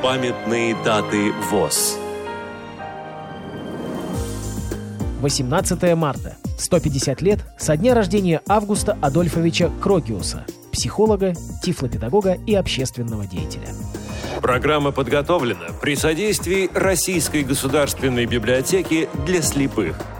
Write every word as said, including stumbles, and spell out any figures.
Памятные даты ВОС. восемнадцатое марта. сто пятьдесят лет со дня рождения Августа Адольфовича Крогиуса, психолога, тифлопедагога и общественного деятеля. Программа подготовлена при содействии Российской государственной библиотеки для слепых.